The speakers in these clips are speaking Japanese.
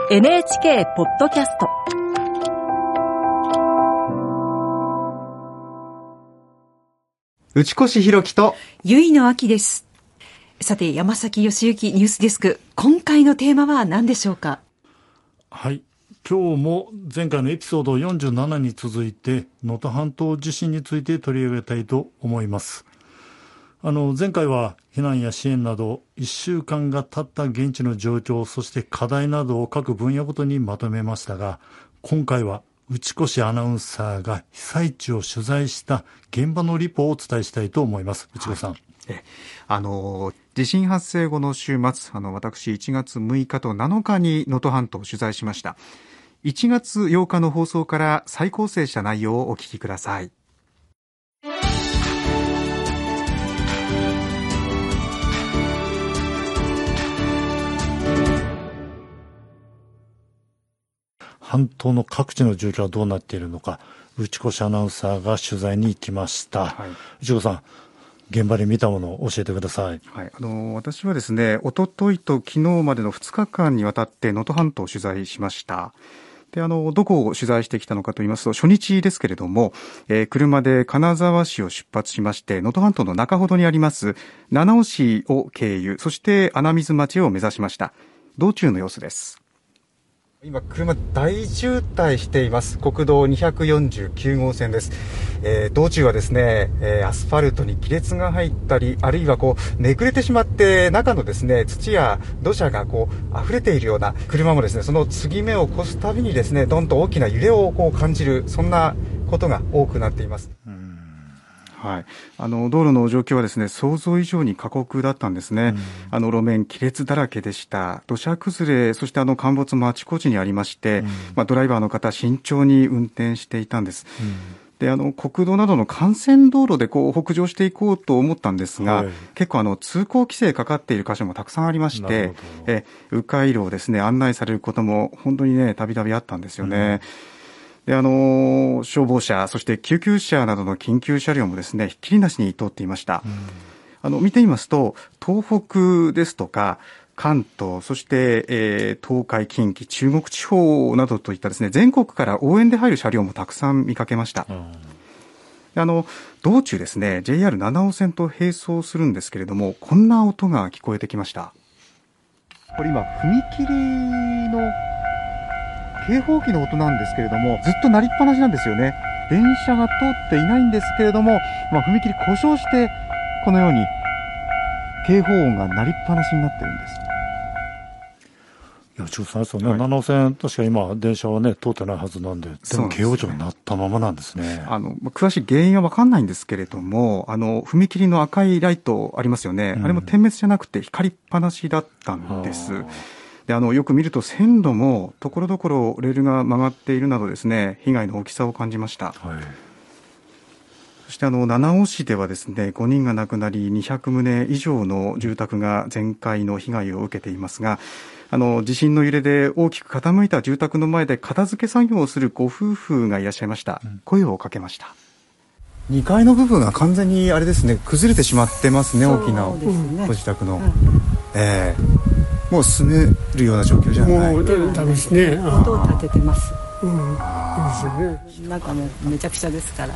NHK ポッドキャスト、 内越弘樹と結井の明です。さて、山崎義行ニュースデスク、今回のテーマは何でしょうか。 はい、今日も前回のエピソード47に続いて能登半島地震について取り上げたいと思います。前回は避難や支援など1週間が経った現地の状況、そして課題などを各分野ごとにまとめましたが、今回は内越アナウンサーが被災地を取材した現場のリポをお伝えしたいと思います。内越さん、 地震発生後の週末、私1月6日と7日に能登半島を取材しました。1月8日の放送から再構成した内容をお聞きください。 半島の各地の状況はどうなっているのか、内越アナウンサーが取材に行きました。内越さん、現場で見たものを教えてください。 私はですね、一昨日と昨日までの2日間にわたって能登半島を取材しました。で、どこを取材してきたのかと言いますと、初日ですけれども、車で金沢市を出発しまして、能登半島の中ほどにあります七尾市を経由、そして穴水町を目指しました。道中の様子です。今、車大渋滞しています。国道249号線です。道中はですね、アスファルトに亀裂が入ったり、あるいはめくれてしまって中のですね、土や土砂が溢れているような車もですね、その継ぎ目を越すたびにですね、どんと大きな揺れを感じる、そんなことが多くなっています。道路の状況はですね、想像以上に過酷だったんですね。路面亀裂だらけでした。土砂崩れ、そして陥没もあちこちにありまして、ドライバーの方慎重に運転していたんです。で、国道などの幹線道路で北上していこうと思ったんですが、結構通行規制かかっている箇所もたくさんありまして、迂回路をですね、案内されることも本当にね、たびたびあったんですよね。で、消防車、そして救急車などの緊急車両もですね、ひっきりなしに通っていました。見てみますと、東北ですとか関東、そして、東海、近畿、中国地方などといったですね、全国から応援で入る車両もたくさん見かけました。道中ですね、JR 七尾線と並走するんですけれども、こんな音が聞こえてきました。これ今、踏切の警報機の音なんですけれども、ずっと鳴りっぱなしなんですよね。電車が通っていないんですけれども、踏切故障してこのように警報音が鳴りっぱなしになってるんです。 いや、中さんですよね、七尾線、確か今電車はね通ってないはずなんで、でも警報音になったままなんですね。 詳しい原因は分かんないんですけれども、踏切の赤いライトありますよね、あれも点滅じゃなくて光りっぱなしだったんです。で、よく見ると線路もところどころレールが曲がっているなどですね、被害の大きさを感じました。そして七尾市ではですね、5人が亡くなり200棟以上の住宅が全壊の被害を受けていますが、地震の揺れで大きく傾いた住宅の前で片付け作業をするご夫婦がいらっしゃいました。声をかけました。2階の部分が完全にあれですね、崩れてしまってますね。大きなご自宅の、もう住めるような状況じゃない。 もうダメですね。 音を立ててます。 なんかもうめちゃくちゃですから、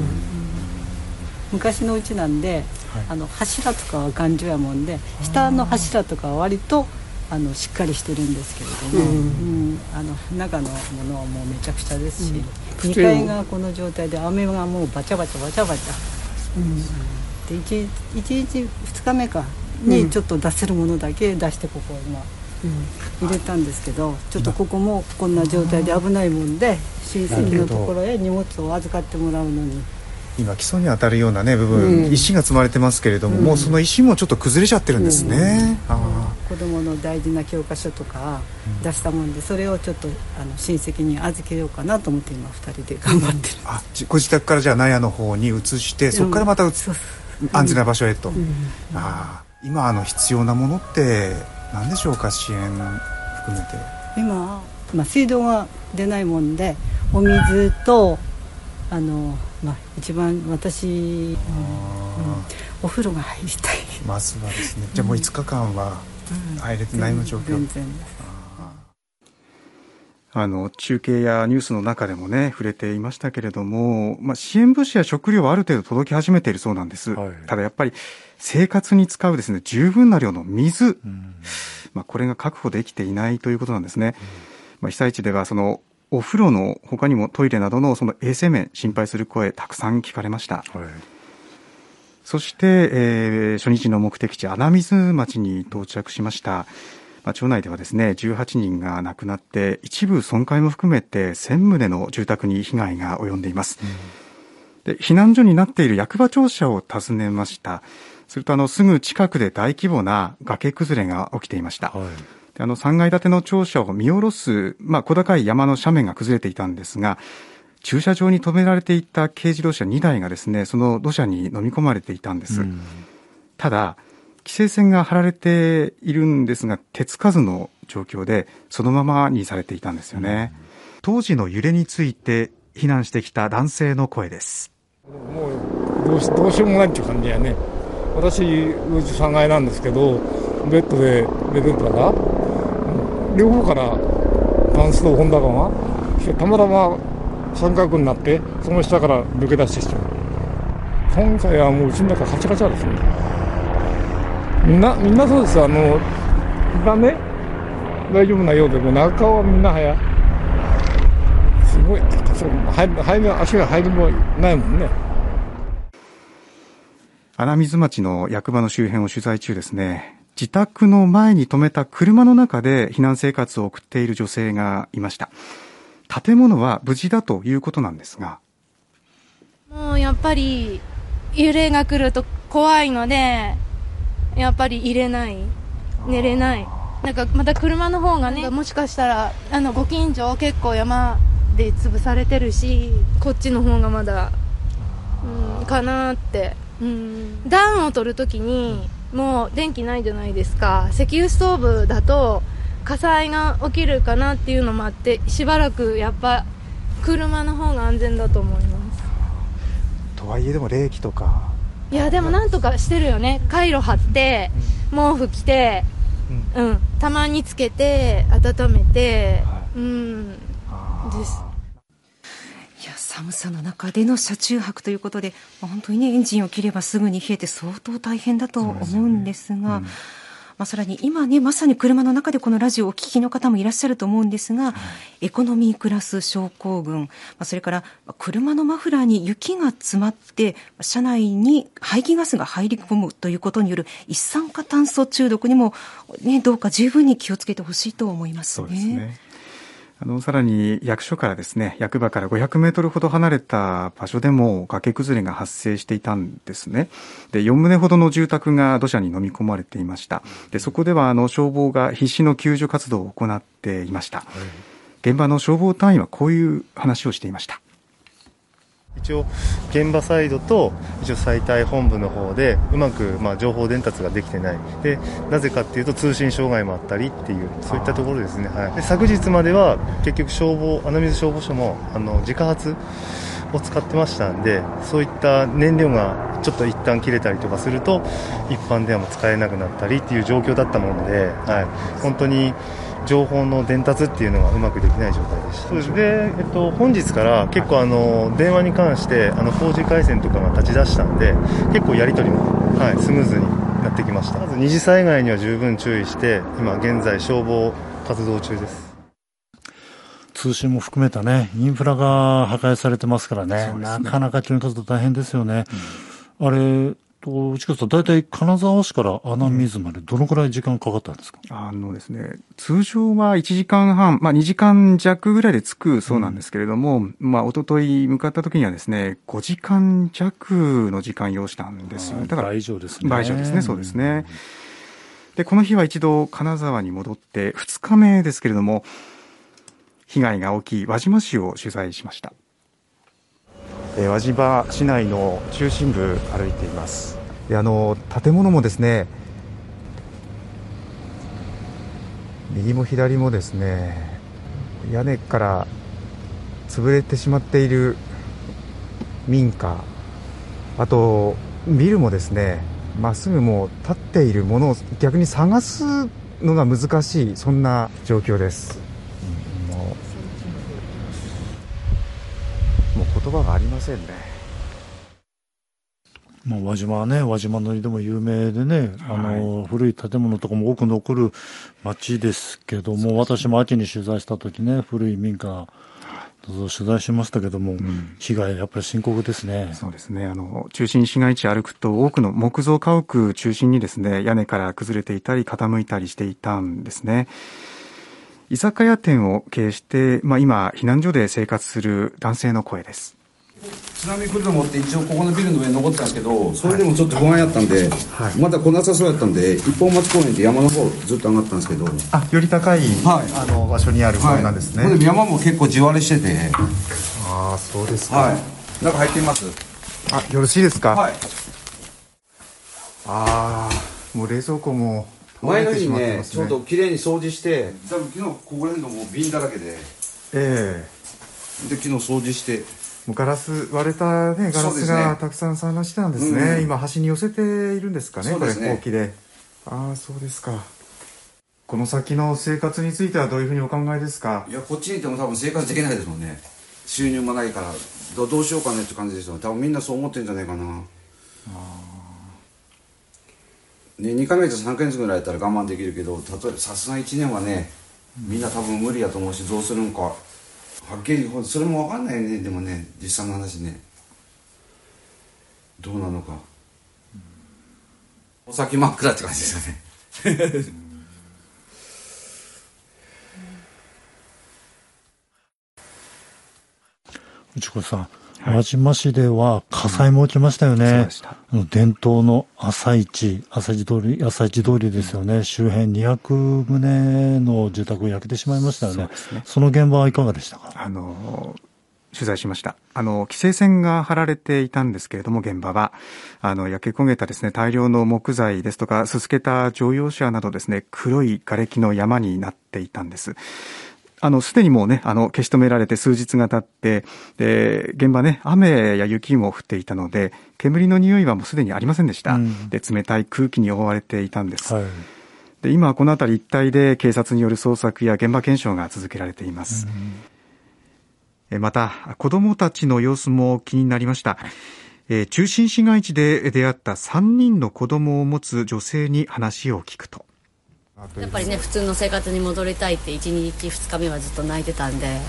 昔のうちなんで、柱とかは頑丈やもんで、下の柱とかは割としっかりしてるんですけれども、中のものはもうめちゃくちゃですし、2階がこの状態で雨がもうバチャバチャバチャバチャ、で 1日2日目かにちょっと出せるものだけ出してここ今入れたんですけど、ちょっとここもこんな状態で危ないもんで、親戚のところへ荷物を預かってもらうのに、 今基礎に当たるようなね部分、石が積まれてますけれども、もうその石もちょっと崩れちゃってるんですね。 子供の大事な教科書とか出したもんで、それをちょっと親戚に預けようかなと思って今2人で頑張ってる。 ご自宅からじゃあ納屋の方に移して、そこからまた安全な場所へと。今必要なものって何でしょうか、支援含めて。 今、水道が出ないもんで、お水と一番私、お風呂が入りたい。 まずはですね、じゃあもう5日間は入れてないの状況。 全然です。 中継やニュースの中でもね触れていましたけれども、支援物資や食料はある程度届き始めているそうなんです、はい、ただやっぱり生活に使うですね十分な量の水、これが確保できていないということなんですね、被災地ではそのお風呂の他にもトイレなどのその衛生面心配する声たくさん聞かれました、はい、そして、初日の目的地穴水町に到着しました。町内ではですね18人が亡くなって一部損壊も含めて1000棟の住宅に被害が及んでいます、で避難所になっている役場庁舎を訪ねました。するとすぐ近くで大規模な崖崩れが起きていました、はい、で3階建ての庁舎を見下ろす、小高い山の斜面が崩れていたんですが、駐車場に止められていた軽自動車2台がですねその土砂に飲み込まれていたんです、ただ規制線が張られているんですが手つかずの状況でそのままにされていたんですよね、当時の揺れについて避難してきた男性の声です。 もうどうしようもないっていう感じやね。私うち3階なんですけどベッドで寝てたら両方からタンスと本棚がたまたま三角になってその下から抜け出してきて、今回はもううちの中カチャカチャですね。みんなそうです。だね大丈夫なようでも中はみんな早すごい足が入るもないもんね。 穴水町の役場の周辺を取材中ですね、自宅の前に止めた車の中で避難生活を送っている女性がいました。建物は無事だということなんですが、 もうやっぱり揺れが来ると怖いのでやっぱり入れない、寝れない。なんかまた車の方がね、もしかしたらご近所結構山で潰されてるし、こっちの方がまだ、かなって、暖を取るときにもう電気ないじゃないですか。石油ストーブだと火災が起きるかなっていうのもあって、しばらくやっぱ車の方が安全だと思います。 とはいえでも冷気とか、 いやでもなんとかしてるよね。カイロ貼って毛布着て、たまにつけて温めて、です。 いや寒さの中での車中泊ということで本当にねエンジンを切ればすぐに冷えて相当大変だと思うんですが、さらに今ねまさに車の中でこのラジオをお聞きの方もいらっしゃると思うんですが、エコノミークラス症候群、それから車のマフラーに雪が詰まって車内に排気ガスが入り込むということによる一酸化炭素中毒にも、どうか十分に気をつけてほしいと思いますね。 そうですね。さらに役所からですね、役場から500メートルほど離れた場所でも崖崩れが発生していたんですね。で、4棟ほどの住宅が土砂に飲み込まれていました。で、そこでは消防が必死の救助活動を行っていました。現場の消防隊員はこういう話をしていました。 一応現場サイドと一応災害本部の方でうまく情報伝達ができてない。で、なぜかっていうと通信障害もあったりっていうそういったところですね。で、昨日までは結局穴水消防署も自家発を使ってましたんで、そういった燃料がちょっと一旦切れたりとかすると一般電話も使えなくなったりっていう状況だったもので、本当に情報の伝達っていうのがうまくできない状態でした。そうです。で、本日から結構電話に関して 4G 回線とかが立ち出したんで結構やり取りも、スムーズになってきました。まず二次災害には十分注意して今現在消防活動中です。 通信も含めたねインフラが破壊されてますから ね、なかなか救援活動大変ですよね、あれ内川さん、大体金沢市から穴水までどのくらい時間かかったんですか？ ですね、通常は1時間半、2時間弱ぐらいで着くそうなんですけれども、一昨日向かった時にはですね、5時間弱の時間要したんですよね。だから倍以上ですね。 倍以上ですね、そうですね。で、この日は一度金沢に戻って2日目ですけれども、被害が大きい輪島市を取材しました。輪島市内の中心部歩いています。で、建物もですね、右も左もですね、屋根から潰れてしまっている民家、あとビルもですね、まっすぐもう立っているものを逆に探すのが難しい、そんな状況です。もう葉がありませんね。 輪島はね、輪島塗でも有名でね、古い建物とかも多く残る町ですけども、私も秋に取材した時ね、古い民家取材しましたけども、被害やっぱり深刻ですね。 そうですね。中心市街地歩くと多くの木造家屋中心にですね、屋根から崩れていたり傾いたりしていたんですね。居酒屋店を経営して、今避難所で生活する男性の声です。 津波来ると思って一応ここのビルの上に登ったんですけど、それでもちょっと不安やったんで、まだ来なさそうやったんで、一本松公園って山の方ずっと上がったんですけど、 より高い、場所にある公園なんですね。 これで山も結構地割れしてて、 そうですか。 中入ってみます。 よろしいですか。もう冷蔵庫も前の日にね、ちょっときれいに掃除して、多分昨日ここら辺のもう瓶だらけで、で昨日掃除して、 もうガラス割れたね、ガラスがたくさん散乱してたんですね。今端に寄せているんですかね、これほうきで。そうですか。この先の生活についてはどういうふうにお考えですか。 いや、こっちにいても多分生活できないですもんね。収入もないからどうしようかねって感じですよ。多分みんなそう思ってるんじゃないかな。2ヶ月3ヶ月ぐらいやったら我慢できるけど、例えばさすが1年はね、みんな多分無理やと思うし、どうするんかはっきりそれも分かんないね。でもね、実際の話ね、どうなのか、お先真っ暗って感じですよね。 内越さん、輪島市では火災も起きましたよね。伝統の朝市通りですよね。周辺200棟の住宅を焼けてしまいましたよね。その現場はいかがでしたか。 取材しました。規制線が張られていたんですけれども、現場は焼け焦げたですね、大量の木材ですとかすすけた乗用車などですね、黒い瓦礫の山になっていたんです。すでにもうね、消し止められて数日が経って、現場ね、雨や雪も降っていたので、煙の匂いはもうすでにありませんでした。で、冷たい空気に覆われていたんです。で、今この辺り一帯で警察による捜索や現場検証が続けられています。また、子どもたちの様子も気になりました。中心市街地で出会った3人の子どもを持つ女性に話を聞くと、 やっぱりね、普通の生活に戻りたいって1日2日目はずっと泣いてたんで、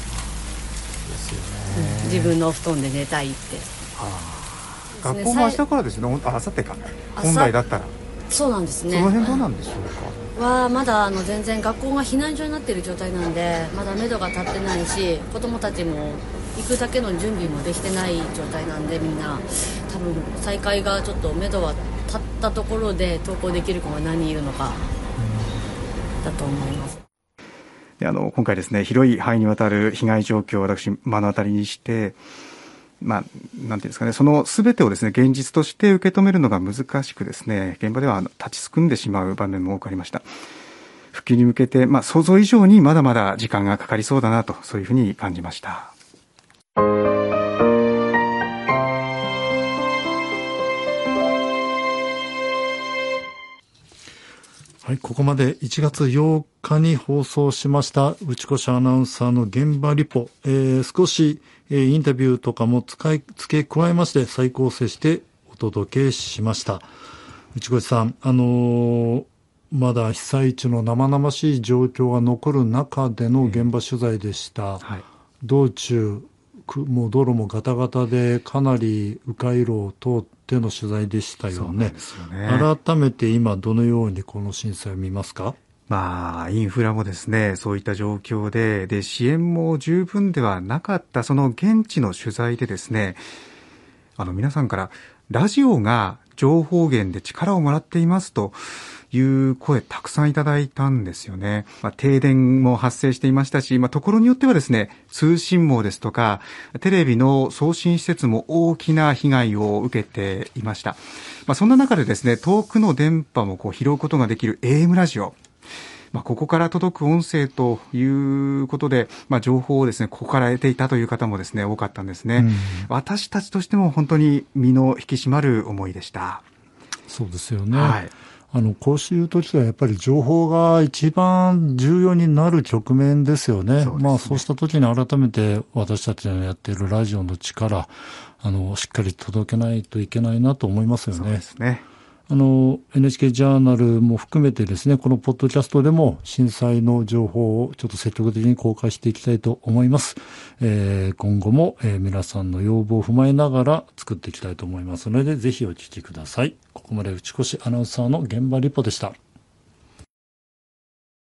自分のお布団で寝たいって。 学校も明日からですね。明後日か、本来だったら。 そうなんですね。 その辺どうなんでしょうか。 はまだ全然学校が避難所になっている状態なんで、まだ目処が立ってないし、子どもたちも行くだけの準備もできてない状態なんで、みんな多分再開がちょっと目処は立ったところで登校できる子が何人いるのかだと思います。 今回ですね、広い範囲にわたる被害状況を私目の当たりにして、なんていうんですかね、その全てをですね、現実として受け止めるのが難しくですね、現場では立ちすくんでしまう場面も多くありました。復旧に向けて、想像以上にまだまだ時間がかかりそうだなと、そういうふうに感じました。 はい、ここまで1月8日に放送しました内越アナウンサーの現場リポ、少しインタビューとかも付け加えまして再構成してお届けしました。内越さん、まだ被災地の生々しい状況が残る中での現場取材でした。道中もう道路もガタガタでかなり迂回路を通っての取材でしたよね。改めて今どのようにこの震災を見ますか。 インフラもですね、そういった状況で、支援も十分ではなかったその現地の取材でですね、皆さんからラジオが情報源で力をもらっていますという声たくさんいただいたんですよね。停電も発生していましたし、ところによってはですね、通信網ですとかテレビの送信施設も大きな被害を受けていました。そんな中でですね、遠くの電波も拾うことができる AM ラジオ、ここから届く音声ということで、情報をですね、ここから得ていたという方もですね、多かったんですね。私たちとしても本当に身の引き締まる思いでした。 そうですよね。 こういう時はやっぱり情報が一番重要になる局面ですよね。そうした時に改めて私たちのやっているラジオの力、しっかり届けないといけないなと思いますよね。 そうですね。 NHK ジャーナルも含めてですね、このポッドキャストでも震災の情報をちょっと積極的に公開していきたいと思います。今後も、皆さんの要望を踏まえながら作っていきたいと思いますので、ぜひお聞きください。ここまで内越アナウンサーの現場リポでした。